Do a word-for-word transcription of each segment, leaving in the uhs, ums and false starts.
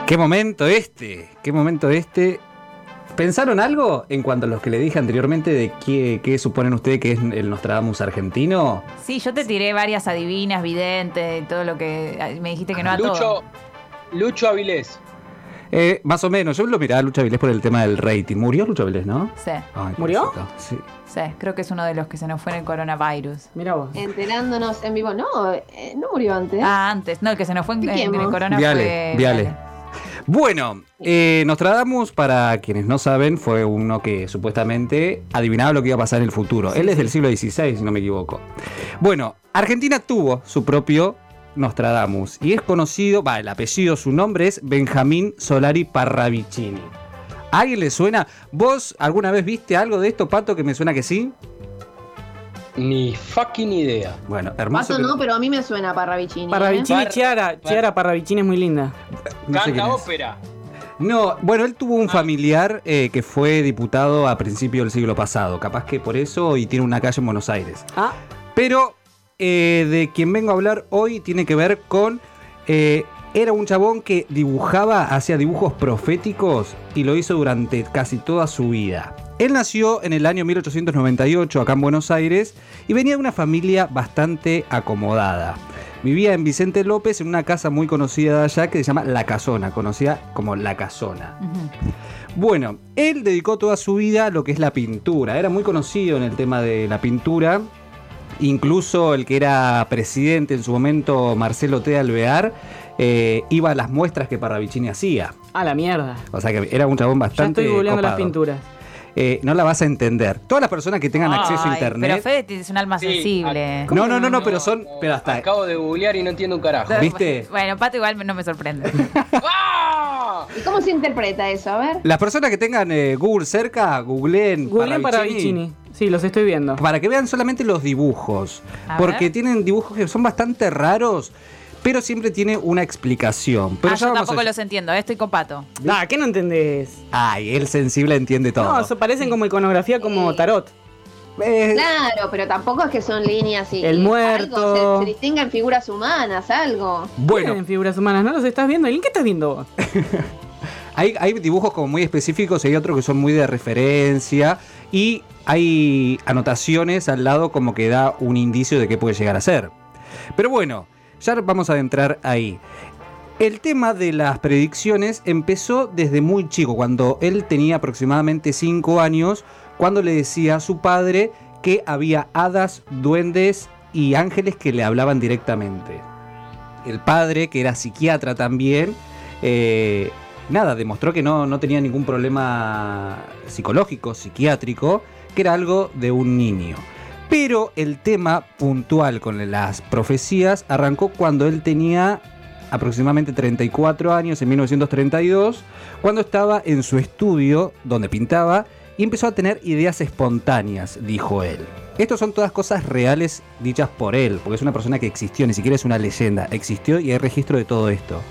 Qué momento este, qué momento este. ¿Pensaron algo en cuanto a los que le dije anteriormente de qué, qué suponen ustedes que es el Nostradamus argentino? Sí, yo te tiré varias adivinas, videntes, todo lo que me dijiste que no a Lucho, todo. Lucho Avilés. Eh, más o menos, yo lo miraba a Lucho Avilés por el tema del rating. ¿Murió Lucho Avilés, no? Sí. Ay, ¿Murió? Sí. Sí, creo que es uno de los que se nos fue en el coronavirus. Mirá vos. Enterándonos en vivo. No, eh, no murió antes. Ah, antes. No, el que se nos fue en, en, en el corona Viale, fue... Viale. Viale. Bueno, eh, Nostradamus, para quienes no saben, fue uno que supuestamente adivinaba lo que iba a pasar en el futuro. Él es del siglo dieciséis, si no me equivoco. Bueno, Argentina tuvo su propio Nostradamus y es conocido, va, el apellido, su nombre es Benjamín Solari Parravicini. ¿A alguien le suena? ¿Vos alguna vez viste algo de esto, Pato, que me suena que sí? Ni fucking idea. Bueno, hermoso. Pato que... no, pero a mí me suena Parravicini. Parravicini, ¿eh? Par- Chiara, par- Chiara Parravicini es muy linda. No sé quién Canta es. ópera. No, bueno, él tuvo un familiar eh, que fue diputado a principios del siglo pasado. Capaz que por eso y tiene una calle en Buenos Aires. Ah, Pero eh, de quien vengo a hablar hoy tiene que ver con... Eh, era un chabón que dibujaba, hacía dibujos proféticos y lo hizo durante casi toda su vida. Él nació en el año mil ochocientos noventa y ocho acá en Buenos Aires y venía de una familia bastante acomodada. Vivía en Vicente López en una casa muy conocida de allá que se llama La Casona, conocida como La Casona. Ujú. Bueno, él dedicó toda su vida a lo que es la pintura. Era muy conocido en el tema de la pintura. Incluso el que era presidente en su momento, Marcelo T. Alvear, eh, iba a las muestras que Parravicini hacía. a la mierda. O sea que era un chabón Ya bastante estoy googleando las copado. pinturas. Eh, no la vas a entender. Todas las personas que tengan acceso a Ay, internet... Pero Fede es un alma Sí, sensible. No, no, no, no, pero son... No, Pero hasta... Acabo de googlear y no entiendo un carajo. ¿Viste? Bueno, Pato igual no me sorprende. ¡Ah! ¿Y cómo se interpreta eso? A ver. Las personas que tengan eh, Google cerca, googleen Googleen Parravicini. Sí, los estoy viendo. para que vean solamente los dibujos. A Porque ver. tienen dibujos que son bastante raros, pero siempre tiene una explicación. Pero ah, ya yo vamos tampoco a... los entiendo, eh, estoy con Pato. Ah, ¿qué no entendés? Ay, el sensible entiende todo. No, eso parecen como iconografía como Sí. tarot. Eh, Claro, pero tampoco es que son líneas y. El y muerto. algo, se, se distinguen figuras humanas, algo. bueno, En figuras humanas, ¿no los estás viendo? ¿Y qué estás viendo vos? hay, hay dibujos como muy específicos y hay otros que son muy de referencia. Y hay anotaciones al lado como que da un indicio de qué puede llegar a ser. Pero bueno, ya vamos a entrar ahí. El tema de las predicciones empezó desde muy chico, cuando él tenía aproximadamente cinco años, cuando le decía a su padre que había hadas, duendes y ángeles que le hablaban directamente. El padre, que era psiquiatra también, eh, nada, demostró que no, no tenía ningún problema psicológico, psiquiátrico, que era algo de un niño. Pero el tema puntual con las profecías arrancó cuando él tenía aproximadamente treinta y cuatro años, en mil novecientos treinta y dos, cuando estaba en su estudio donde pintaba y empezó a tener ideas espontáneas, dijo él. Estos son todas cosas reales dichas por él, porque es una persona que existió, ni siquiera es una leyenda, existió y hay registro de todo esto.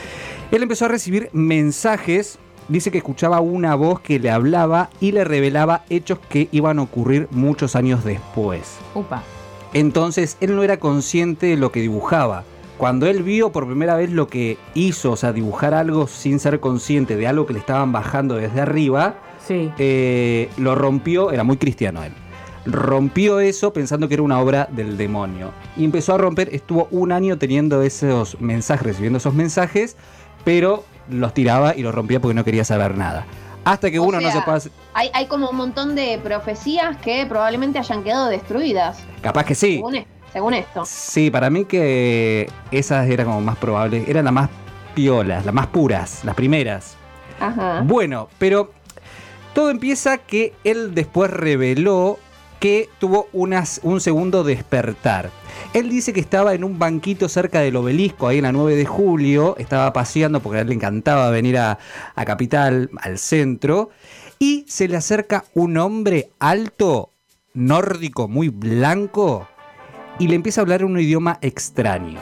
Él empezó a recibir mensajes, dice que escuchaba una voz que le hablaba y le revelaba hechos que iban a ocurrir muchos años después. Upa. Entonces él no era consciente de lo que dibujaba. Cuando él vio por primera vez lo que hizo, o sea, dibujar algo sin ser consciente de algo que le estaban bajando desde arriba, Sí. eh, lo rompió, era muy cristiano él. Rompió eso pensando que era una obra del demonio. Y empezó a romper, estuvo un año teniendo esos mensajes, recibiendo esos mensajes, pero los tiraba y los rompía porque no quería saber nada. Hasta que O uno no sea, se pasa... Hay, hay como un montón de profecías que probablemente hayan quedado destruidas. Capaz que sí. Según, e- según esto. Sí, para mí que esas eran como más probables, eran las más piolas, las más puras, las primeras. Ajá. Bueno, pero todo empieza que él después reveló que tuvo unas, un segundo despertar. Él dice que estaba en un banquito cerca del obelisco, ahí en la nueve de julio, estaba paseando porque a él le encantaba venir a, a Capital, al centro, y se le acerca un hombre alto, nórdico, muy blanco, y le empieza a hablar un idioma extraño.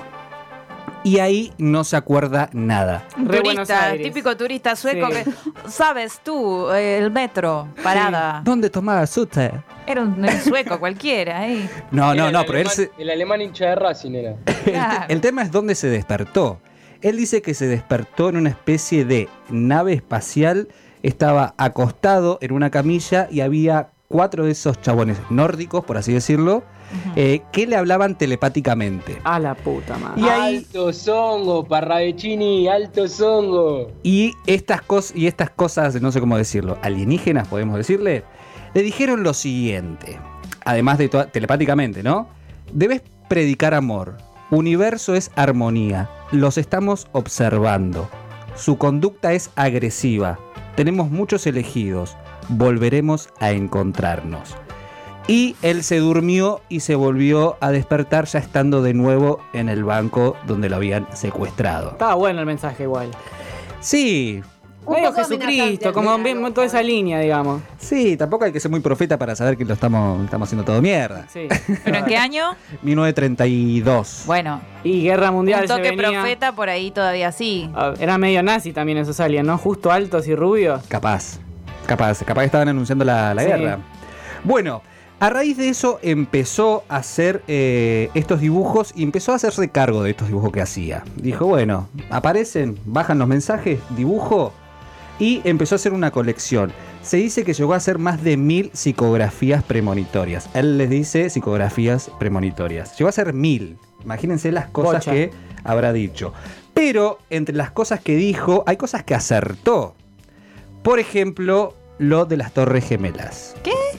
Y ahí no se acuerda nada. Re Buenos Turista, Aires. típico turista sueco Sí. que, sabes tú, eh, el metro, parada. ¿Dónde tomaba usted? Era un, un sueco cualquiera, ¿eh? No, Era no, el no, pero él alemán- se... El alemán hincha de Racing era. El, te- el tema es dónde se despertó. Él dice que se despertó en una especie de nave espacial, estaba acostado en una camilla y había cuatro de esos chabones nórdicos, por así decirlo, uh-huh. eh, que le hablaban telepáticamente. A la puta madre. Y ahí, alto zongo, Parravicini, alto zongo. Y estas, cos- y estas cosas, no sé cómo decirlo, alienígenas, podemos decirle, le dijeron lo siguiente, además de to- telepáticamente, ¿no? Debes predicar amor. Universo es armonía. Los estamos observando. Su conducta es agresiva. Tenemos muchos elegidos. Volveremos a encontrarnos. Y él se durmió y se volvió a despertar ya estando de nuevo en el banco donde lo habían secuestrado. Estaba bueno el mensaje igual. Sí, Un Medio poco Jesucristo, amenazante, como al bien final, toda esa línea, digamos. sí, tampoco hay que ser muy profeta para saber que lo estamos, estamos haciendo todo mierda. Sí. ¿Pero en qué año? mil novecientos treinta y dos. Bueno, Y Guerra Mundial un toque se venía. profeta por ahí todavía sí. Ah, era medio nazi también esos aliens, ¿no? Justo altos y rubios. Capaz, capaz, capaz que estaban anunciando la, la Sí. guerra. Bueno, a raíz de eso empezó a hacer eh, estos dibujos y empezó a hacerse cargo de estos dibujos que hacía. Dijo, bueno, aparecen, bajan los mensajes, dibujo, y empezó a hacer una colección. Se dice que llegó a hacer más de mil psicografías premonitorias. Él les dice psicografías premonitorias. Llegó a hacer mil. Imagínense las cosas Bocha. que habrá dicho. Pero entre las cosas que dijo, hay cosas que acertó. Por ejemplo, lo de las Torres Gemelas.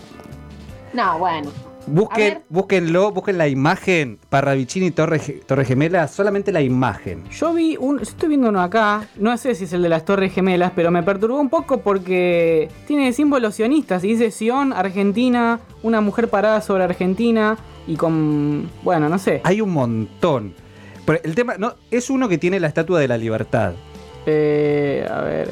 No, bueno. A Busquen, ver. búsquenlo, busquen la imagen, Parravicini Torre, Torre Gemelas, solamente la imagen. Yo vi un. Yo estoy viendo uno acá. No sé si es el de las Torres Gemelas, pero me perturbó un poco porque tiene símbolos sionistas. Y dice Sion, Argentina, una mujer parada sobre Argentina. Y con. Bueno, no sé. Hay un montón. Pero el tema, no, es uno que tiene la Estatua de la Libertad. Eh, a ver.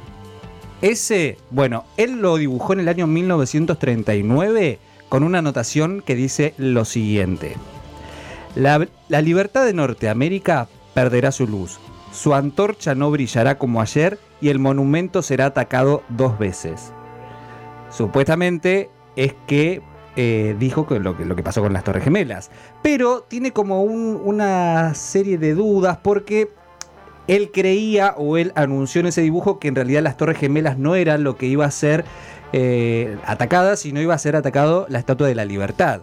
Ese, bueno, él lo dibujó en el año mil novecientos treinta y nueve con una anotación que dice lo siguiente. La, la libertad de Norteamérica perderá su luz. Su antorcha no brillará como ayer y el monumento será atacado dos veces. Supuestamente es que eh, dijo que lo, que lo que pasó con las Torres Gemelas. Pero tiene como un- una serie de dudas porque él creía o él anunció en ese dibujo que en realidad las Torres Gemelas no eran lo que iba a ser eh, atacada, sino iba a ser atacado la Estatua de la Libertad.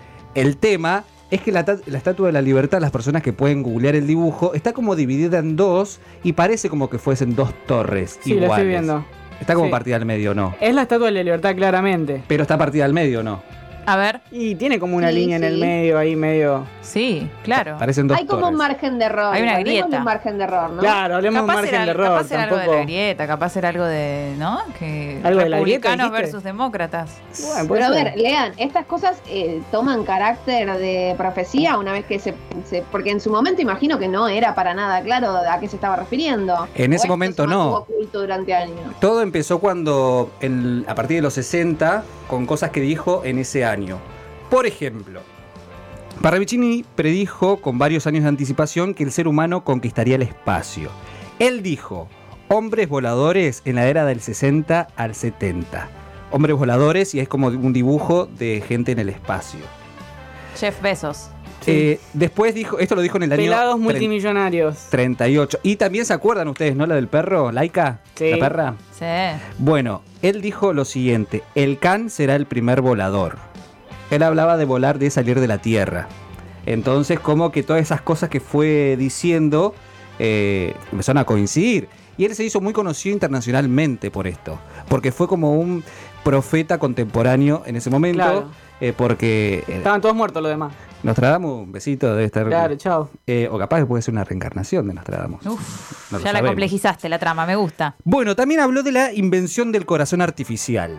El tema es que la, ta- la Estatua de la Libertad, las personas que pueden googlear el dibujo, está como dividida en dos y parece como que fuesen dos torres Sí, iguales. lo estoy viendo. Está como Sí. partida al medio, ¿no? Es la Estatua de la Libertad, claramente. Pero está partida al medio, ¿no? A ver, Y tiene como una Sí, línea en el sí. medio ahí, medio. sí, claro. Parecen dos Hay como torres. un margen de error. Hay una Hablemos de grieta. un margen de error, ¿no? Claro, hablemos de un Capaz margen era, de error. capaz era algo de tampoco. la grieta, capaz era algo de, ¿no? Que ¿Algo de la grieta, republicanos dijiste? versus demócratas. Bueno, puede Pero a ser. ver, lean, estas cosas eh, toman carácter de profecía una vez que se, se- Porque en su momento imagino que no era para nada claro a qué se estaba refiriendo. En O ese esto momento se mantuvo no. oculto durante años. Todo empezó cuando, en- a partir de los sesenta, con cosas que dijo en ese año. Por ejemplo, Parravicini predijo con varios años de anticipación que el ser humano conquistaría el espacio. Él dijo, hombres voladores en la era del sesenta al setenta. Hombres voladores y es como un dibujo de gente en el espacio. Jeff Bezos. Sí. Eh, después dijo, esto lo dijo en el año Pelados tre- multimillonarios. treinta y ocho. Y también se acuerdan ustedes, ¿no? La del perro, Laika, Sí. la perra. Sí. Bueno, él dijo lo siguiente, el Can será el primer volador. Él hablaba de volar, de salir de la Tierra. Entonces, como que todas esas cosas que fue diciendo eh, empezaron a coincidir. Y él se hizo muy conocido internacionalmente por esto. Porque fue como un profeta contemporáneo en ese momento. Claro. eh, porque eh, Estaban todos muertos los demás. Nostradamus, un besito, debe estar... Claro, chao. eh, o capaz que puede ser una reencarnación de Nostradamus. Uf, No lo ya la sabemos. complejizaste la trama, me gusta. Bueno, también habló de la invención del corazón artificial.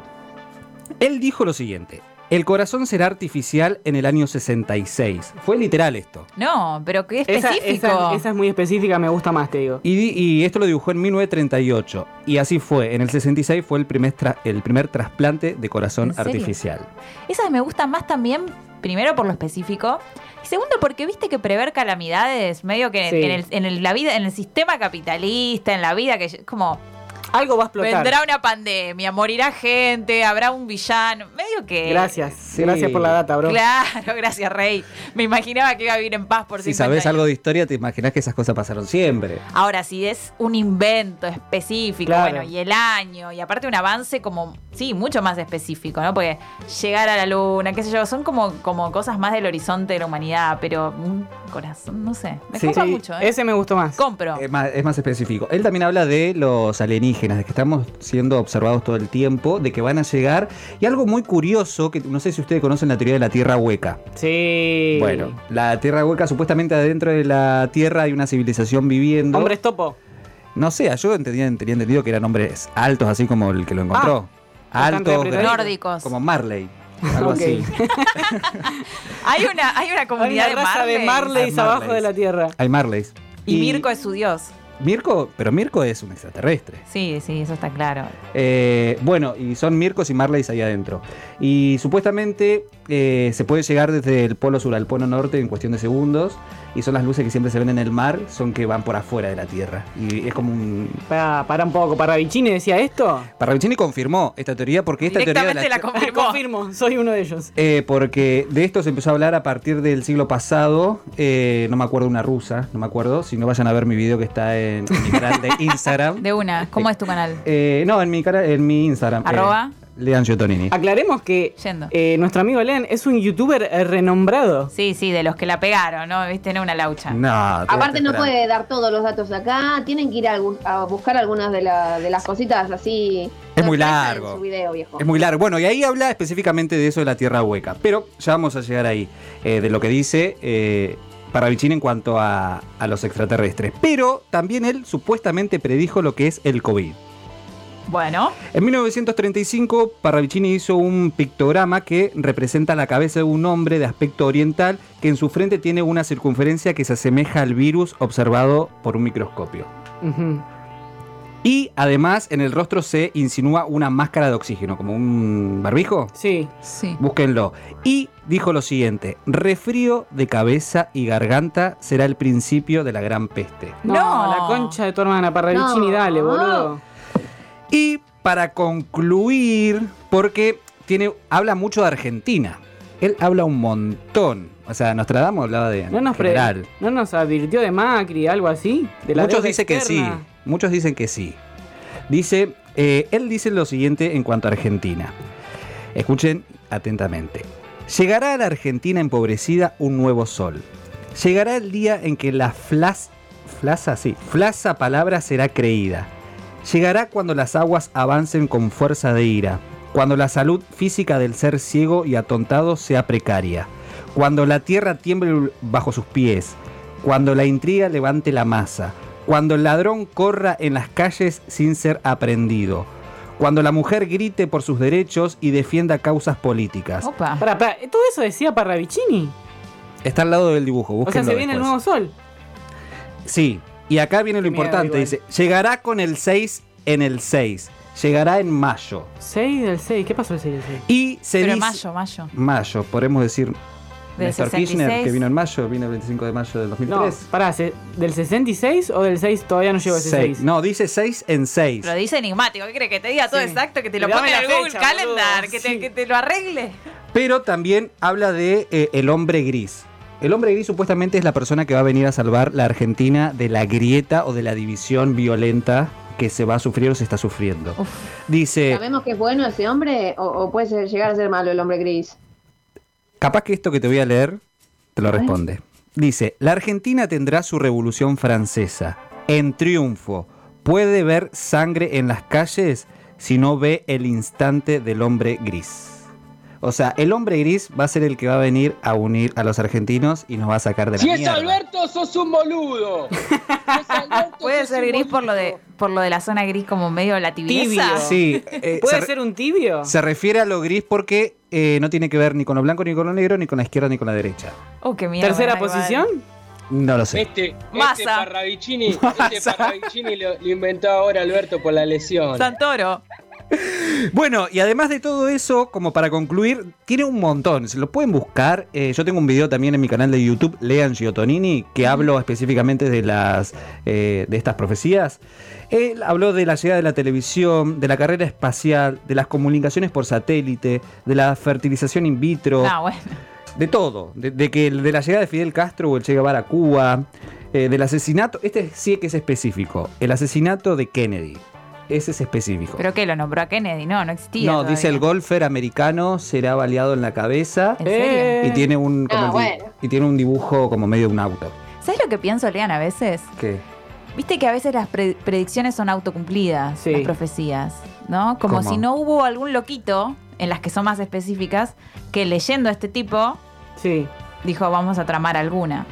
Él dijo lo siguiente. El corazón será artificial en el año sesenta y seis. Fue literal esto. No, pero qué Esa, específico. esa- esa es muy específica, me gusta más, te digo. Y, di- y esto lo dibujó en mil novecientos treinta y ocho. Y así fue. En el sesenta y seis fue el primer, tra- el primer trasplante de corazón ¿En serio? artificial. Esas me gustan más también, primero por lo específico, y segundo porque viste que prever calamidades, medio que Sí. en, el, en el- la vida, en el sistema capitalista, en la vida, que es como Algo va a explotar. Vendrá una pandemia, morirá gente, habrá un villano. Medio que. Gracias. Sí. Gracias por la data, bro. Claro, gracias, Rey. Me imaginaba que iba a vivir en paz por Si cincuenta sabes años. algo de historia, te imaginas que esas cosas pasaron siempre. Ahora, si es un invento específico, Claro. bueno, y el año, y aparte un avance como, sí, mucho más específico, ¿no? Porque llegar a la luna, qué sé yo, son como, como cosas más del horizonte de la humanidad, pero un corazón, no sé. Me Sí. copa Sí, mucho, ¿eh? ese me gustó más. Compro. Es más, es más específico. Él también habla de los alienígenas, de que estamos siendo observados todo el tiempo, de que van a llegar. Y algo muy curioso, que no sé si ustedes conocen la teoría de la Tierra hueca. Sí. Bueno, la Tierra hueca, supuestamente adentro de la Tierra hay una civilización viviendo. Hombres topo. No sé, yo entendía, tenía entendido que eran hombres altos, así como el que lo encontró. bastante altos, apretaditos. grandes, Nórdicos. como Marley. Algo Ok. así. Hay una, hay una Hay comunidad una raza de de Marley. Marleys Hay abajo Marleys. de la tierra. Hay Marleys. Y Mirko es su dios. Mirko, pero Mirko es un extraterrestre. Sí, sí, eso está claro. Eh, bueno, y son Mirkos y Marleys ahí adentro. Y supuestamente eh, se puede llegar desde el polo sur al polo norte en cuestión de segundos. Y son las luces que siempre se ven en el mar, son que van por afuera de la Tierra. Y es como un... Para, para un poco. ¿Parravicini decía esto? Parravicini confirmó esta teoría porque esta teoría de Directamente la, la... confirmó. Confirmo, soy uno de ellos. Eh, porque de esto se empezó a hablar a partir del siglo pasado. Eh, no me acuerdo, una rusa, no me acuerdo. Si no, vayan a ver mi video que está en, en mi canal de Instagram. De una. ¿Cómo es tu canal? Eh, no, en mi, cara, en mi Instagram. Arroba. Eh, Lean Giotonini. Aclaremos que Yendo. eh, nuestro amigo Len es un youtuber eh, renombrado. Sí, sí, de los que la pegaron, ¿no? Viste, no una laucha. No, te Aparte voy a no esperar. puede dar todos los datos acá, tienen que ir a, bu- a buscar algunas de, la- de las cositas así. Es muy sorpresas largo. En su video, viejo. Es muy largo. Bueno, y ahí habla específicamente de eso de la Tierra hueca. Pero ya vamos a llegar ahí. eh, de lo que dice eh, Parravicini en cuanto a, a los extraterrestres. Pero también él supuestamente predijo lo que es el COVID. Bueno, En mil novecientos treinta y cinco, Parravicini hizo un pictograma que representa la cabeza de un hombre de aspecto oriental que en su frente tiene una circunferencia que se asemeja al virus observado por un microscopio. Ujú. Y además en el rostro se insinúa una máscara de oxígeno, como un barbijo. Sí. sí. Búsquenlo. Y dijo lo siguiente: resfrío de cabeza y garganta será el principio de la gran peste. No, No. la concha de tu hermana, Parravicini, No. dale, boludo. Y para concluir, porque tiene, habla mucho de Argentina. Él habla un montón. O sea, Nostradamus hablaba de No nos, pre- general. ¿No nos advirtió de Macri, algo así? De la Muchos deuda dicen que sí. externa. Muchos dicen que sí. Dice, eh, él dice lo siguiente en cuanto a Argentina. Escuchen atentamente. Llegará a la Argentina empobrecida un nuevo sol. Llegará el día en que la flas, flasa, sí, flasa palabra será creída. Llegará cuando las aguas avancen con fuerza de ira. Cuando la salud física del ser ciego y atontado sea precaria. Cuando la tierra tiemble bajo sus pies. Cuando la intriga levante la masa. Cuando el ladrón corra en las calles sin ser aprendido. Cuando la mujer grite por sus derechos y defienda causas políticas. Opa. Pará, pará, ¿todo eso decía Parravicini? Está al lado del dibujo. O sea, búsquenlo se viene el después. nuevo sol. Sí, y acá viene lo Miedo, importante. igual. Dice, llegará con el seis en el seis. Llegará en mayo. seis del seis, ¿qué pasó el seis del seis? Y se Pero dice... mayo, mayo. Mayo, podemos decir... Del Néstor sesenta y Kirchner, seis. que vino en mayo, vino el veinticinco de mayo del dos mil No, tres. pará, ¿se- ¿del sesenta y seis o del seis todavía no llegó a ese Seis. seis? No, dice seis en seis. Pero dice enigmático. ¿Qué crees? Que te diga todo Sí. exacto, que te lo Dame ponga en la el Google fecha, Calendar, boludo. que, te, Sí. que te lo arregle. Pero también habla de eh, el hombre gris. El hombre gris supuestamente es la persona que va a venir a salvar la Argentina de la grieta o de la división violenta que se va a sufrir o se está sufriendo. Uf. Dice, ¿Sabemos que es bueno ese hombre o, o puede ser- llegar a ser malo el hombre gris? capaz que esto que te voy a leer te lo responde. Dice, la Argentina tendrá su revolución francesa en triunfo. Puede ver sangre en las calles si no ve el instante del hombre gris. O sea, el hombre gris va a ser el que va a venir a unir a los argentinos y nos va a sacar de la Si es mierda. Alberto, sos un boludo. Si es Alberto, Puede sos ser un gris por lo de boludo. por lo de la zona gris como medio la tibieza. Tibio. Sí, eh, ¿Puede se, ser un tibio? se refiere a lo gris porque eh, no tiene que ver ni con lo blanco, ni con lo negro, ni con la izquierda, ni con la derecha. Oh, qué miedo. ¿Tercera me da igual. posición? No lo sé. Este, este Massa. Parravicini, este Parravicini lo, lo inventó ahora Alberto por la lesión. Santoro. Bueno, y además de todo eso, como para concluir, tiene un montón. Se lo pueden buscar. Eh, yo tengo un video también en mi canal de YouTube, Lean Giotonini, que hablo específicamente de las eh, de estas profecías. Él habló de la llegada de la televisión, de la carrera espacial, de las comunicaciones por satélite, de la fertilización in vitro, Ah, bueno. de todo. De, de que de la llegada de Fidel Castro o el Che Guevara a Cuba, eh, del asesinato. Este sí que es específico. El asesinato de Kennedy. Ese es específico. ¿Pero qué? ¿Lo nombró a Kennedy? No, no existía. No, todavía. dice el golfer americano será baleado en la cabeza ¿En serio? Eh. y tiene un como Ah, el di- bueno. y tiene un dibujo como medio de un auto. ¿Sabes lo que pienso, Lean, a veces? ¿Qué? Viste que a veces las pre- predicciones son autocumplidas, Sí. las profecías, ¿no? Como ¿Cómo? si no hubo algún loquito, en las que son más específicas, que leyendo a este tipo Sí. dijo, vamos a tramar alguna.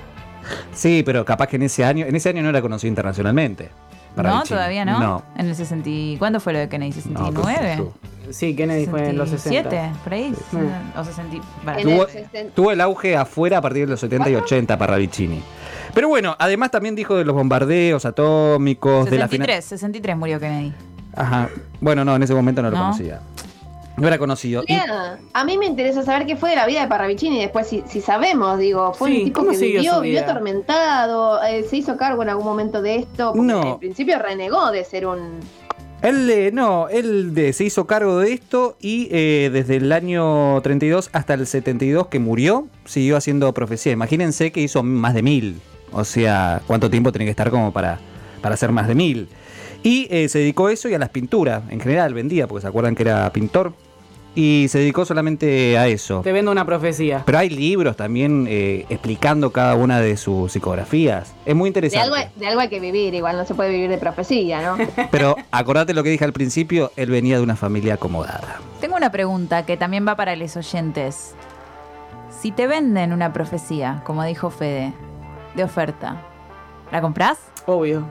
Sí, pero capaz que en ese año, en ese año no era conocido internacionalmente. ¿No? Paravicini. ¿Todavía no? No. En el sesenta. y- ¿Cuándo fue lo de Kennedy? No, ¿sesenta y nueve? pero- Sí, Kennedy fue en los sesenta. ¿sesenta y siete? ¿Por ahí? Sí. ¿O sesenta? y- bueno. En Tuvo, el sesenta. tuvo el auge afuera a partir de los setenta y ochenta para Paravicini. Pero bueno, además también dijo de los bombardeos atómicos, de la sesenta y final. tres, sesenta y tres murió Kennedy. Ajá. Bueno, no, en ese momento no lo ¿No? conocía. No era conocido. Y- Lea, a mí me interesa saber qué fue de la vida de Parravicini después, si, si sabemos, digo, fue Sí, un tipo ¿cómo que siguió vivió, su vivió vida? atormentado, eh, se hizo cargo en algún momento de esto, porque No. en principio renegó de ser un... Él, eh, no, él de- se hizo cargo de esto y eh, desde el año treinta y dos hasta el setenta y dos que murió, siguió haciendo profecía. Imagínense que hizo más de mil. O sea, ¿cuánto tiempo tiene que estar como para, para hacer más de mil? Y eh, se dedicó a eso y a las pinturas. En general vendía, porque se acuerdan que era pintor. Y se dedicó solamente a eso. Te vendo una profecía. Pero hay libros también eh, explicando cada una de sus psicografías. Es muy De interesante. algo, de algo hay que vivir, igual no se puede vivir de profecía, ¿no? Pero acordate lo que dije al principio, él venía de una familia acomodada. Tengo una pregunta que también va para los oyentes. Si te venden una profecía, como dijo Fede, de oferta, ¿la comprás? Obvio.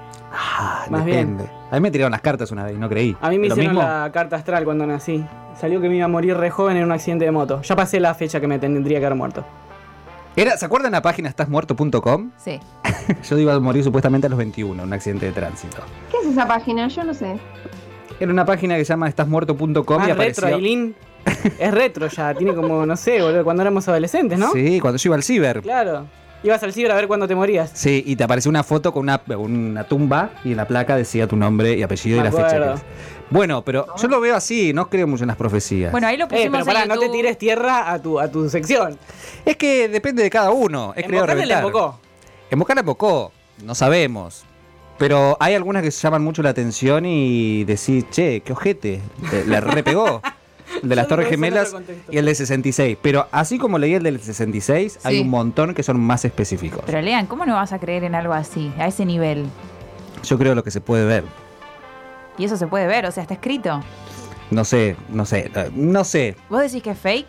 Ah, Más depende. A mí me tiraron las cartas una vez y no creí. A mí me ¿Lo hicieron mismo? la carta astral cuando nací. Salió que me iba a morir re joven en un accidente de moto. Ya pasé la fecha que me tendría que haber muerto. Era, ¿se acuerdan la página estás muerto punto com? Sí. Yo iba a morir supuestamente a los veintiuno en un accidente de tránsito. ¿Qué es esa página? Yo no sé. Era una página que se llama estás muerto punto com y Más retro, apareció... Aileen. Es retro ya. Tiene como, no sé, boludo, cuando éramos adolescentes, ¿no? Sí, cuando yo iba al ciber. Claro. Ibas al ciber a ver cuándo te morías. Sí, y te apareció una foto con una, una tumba y en la placa decía tu nombre y apellido y Me la fecha. acuerdo. Que es. Bueno, pero yo lo veo así, no creo mucho en las profecías. Bueno, ahí lo Eh, pusimos pero pará, en no te YouTube. tires tierra a tu, a tu sección. Es que depende de cada uno. Es creo Embocale le reventar. embocó. Embocar le embocó, no sabemos. Pero hay algunas que llaman mucho la atención y decís, che, qué ojete, le, le repegó. El de las Yo Torres lo veo en Gemelas otro contexto. y el de sesenta y seis. Pero así como leí el del sesenta y seis, hay Sí. un montón que son más específicos. Pero Lean, ¿cómo no vas a creer en algo así, a ese nivel? Yo creo lo que se puede ver. Y eso se puede ver, o sea, está escrito. No sé, no sé, eh, no sé. ¿Vos decís que es fake?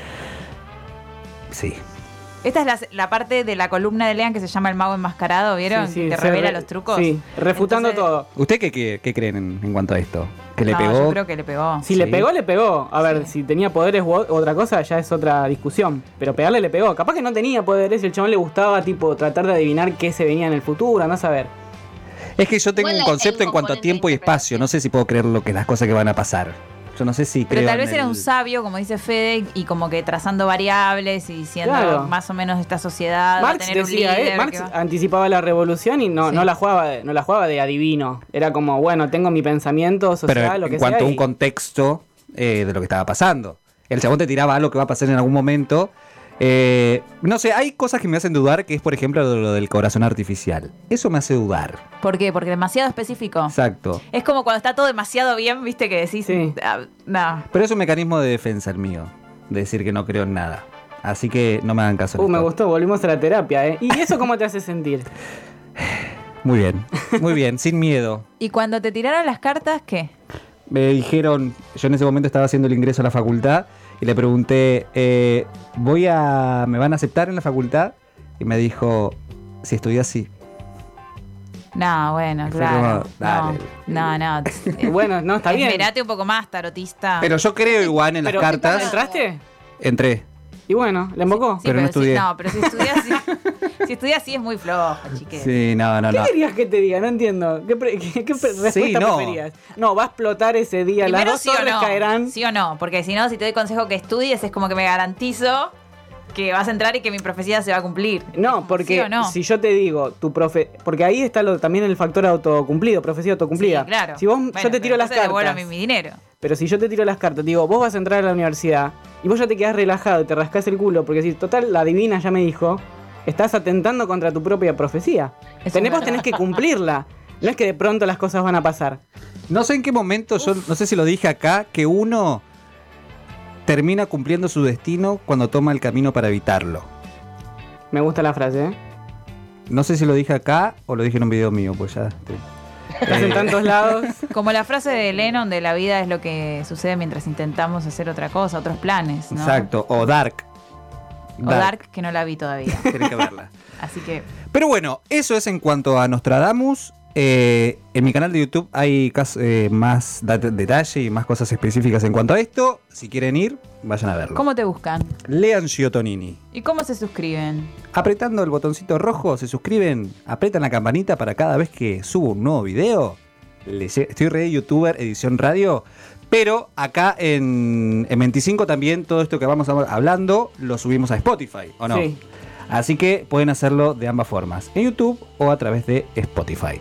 Sí. Esta es la, la parte de la columna de Lean que se llama El Mago Enmascarado, ¿vieron? Sí, sí, que se revela re- los trucos. Sí, refutando Entonces- todo. ¿Usted qué, qué- qué creen en, en cuanto a esto? ¿Que le No, pegó? yo creo que le pegó. Si Sí. le pegó, le pegó. A ver, Sí. si tenía poderes u otra cosa, ya es otra discusión. Pero pegarle le pegó. Capaz que no tenía poderes y el chabón le gustaba, tipo, tratar de adivinar qué se venía en el futuro, andá a saber. Es que yo tengo Igual un hay- concepto hay un en cuanto a componente tiempo y de espacio. No sé si puedo creer lo que las cosas que van a pasar. Yo no sé si Pero creo tal en vez era el- un sabio, como dice Fede, y como que trazando variables y diciendo Claro. más o menos esta sociedad va a Marx tener un decía, líder. eh, Marx que va- anticipaba la revolución y no, Sí. no la jugaba de, no la jugaba de adivino. Era como, bueno, tengo mi pensamiento social, Pero lo en que cuanto sea. a un y- contexto eh, de lo que estaba pasando. El chabón te tiraba algo que va a pasar en algún momento. Eh, no sé, hay cosas que me hacen dudar, que es por ejemplo lo, lo del corazón artificial. Eso me hace dudar. ¿Por qué? Porque demasiado específico. Exacto. Es como cuando está todo demasiado bien, viste, que decís, Sí. ah, no. Pero es un mecanismo de defensa el mío, de decir que no creo en nada. Así que no me hagan caso. en Uh, me esto. gustó, volvimos a la terapia, ¿eh? ¿Y eso cómo te hace sentir? Muy bien, muy bien, sin miedo. Y cuando te tiraron las cartas, ¿qué? Me dijeron, yo en ese momento estaba haciendo el ingreso a la facultad y le pregunté, eh, voy a, ¿me van a aceptar en la facultad? Y me dijo, si estudias sí. No, bueno, Fue claro. como, dale. No, no, no. Bueno, no, está bien. Esperate un poco más, tarotista. Pero yo creo igual en las Pero, cartas. ¿entraste? Entré. Y bueno, ¿le embocó? Sí, pero no si- estudié. no, pero si estudias, si, Si estudias así es muy flojo, chique. Sí, no, no, ¿Qué no. querías que te diga? No entiendo. ¿Qué, pre- qué- qué pre- respuesta Sí, no. preferías? No, va a explotar ese día. Primero, Las dos sí o torres no. caerán. Sí o no, porque si no, si te doy consejo que estudies, es como que me garantizo que vas a entrar y que mi profecía se va a cumplir. Es No, como, porque ¿sí o no? si yo te digo, tu profe... Porque ahí está lo- también el factor autocumplido, profecía autocumplida. Sí, claro. Si vos, Bueno, yo te tiro pero las entonces cartas. devuélvame mi dinero. Pero si yo te tiro las cartas, digo, vos vas a entrar a la universidad y vos ya te quedás relajado y te rascás el culo porque si total la divina ya me dijo, estás atentando contra tu propia profecía. Es Tenés, vos verdad. tenés que cumplirla. No es que de pronto las cosas van a pasar. No sé en qué momento, yo no sé si lo dije acá, que uno termina cumpliendo su destino cuando toma el camino para evitarlo. Me gusta la frase, ¿eh? No sé si lo dije acá o lo dije en un video mío, pues ya. estoy- Estás en Eh, tantos lados. Como la frase de Lennon de la vida es lo que sucede mientras intentamos hacer otra cosa, otros planes, ¿no? Exacto, o Dark. O Dark, que no la vi todavía. Tenés que verla. Así que Pero bueno, eso es en cuanto a Nostradamus. Eh, en mi canal de YouTube hay cas- eh, más dat- detalle y más cosas específicas en cuanto a esto. Si quieren ir, vayan a verlo. ¿cómo te buscan? Lean Giotonini. ¿Y cómo se suscriben? Apretando el botoncito rojo, se suscriben, apretan la campanita para cada vez que subo un nuevo video. Les lle- Estoy re youtuber, edición radio. Pero acá en, en veinticinco también todo esto que vamos a- hablando lo subimos a Spotify, ¿o no? Sí. Así que pueden hacerlo de ambas formas, en YouTube o a través de Spotify.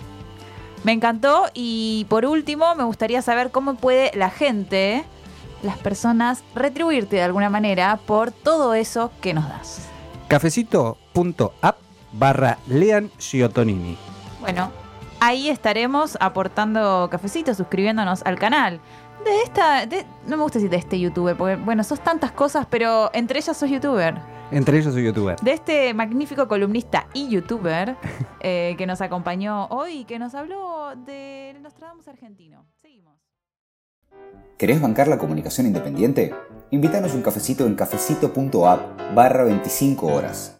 Me encantó y por último me gustaría saber cómo puede la gente, las personas, retribuirte de alguna manera por todo eso que nos das. Cafecito.app barra Lean Giotonini. Bueno, ahí estaremos aportando cafecitos, suscribiéndonos al canal. De esta, de- no me gusta decir de este youtuber, porque bueno, sos tantas cosas, pero entre ellas sos youtuber. Entre ellos soy youtuber. De este magnífico columnista y youtuber eh, que nos acompañó hoy y que nos habló de Nostradamus argentino. Seguimos. ¿Querés bancar la comunicación independiente? Invítanos un cafecito en cafecito.app barra veinticinco horas.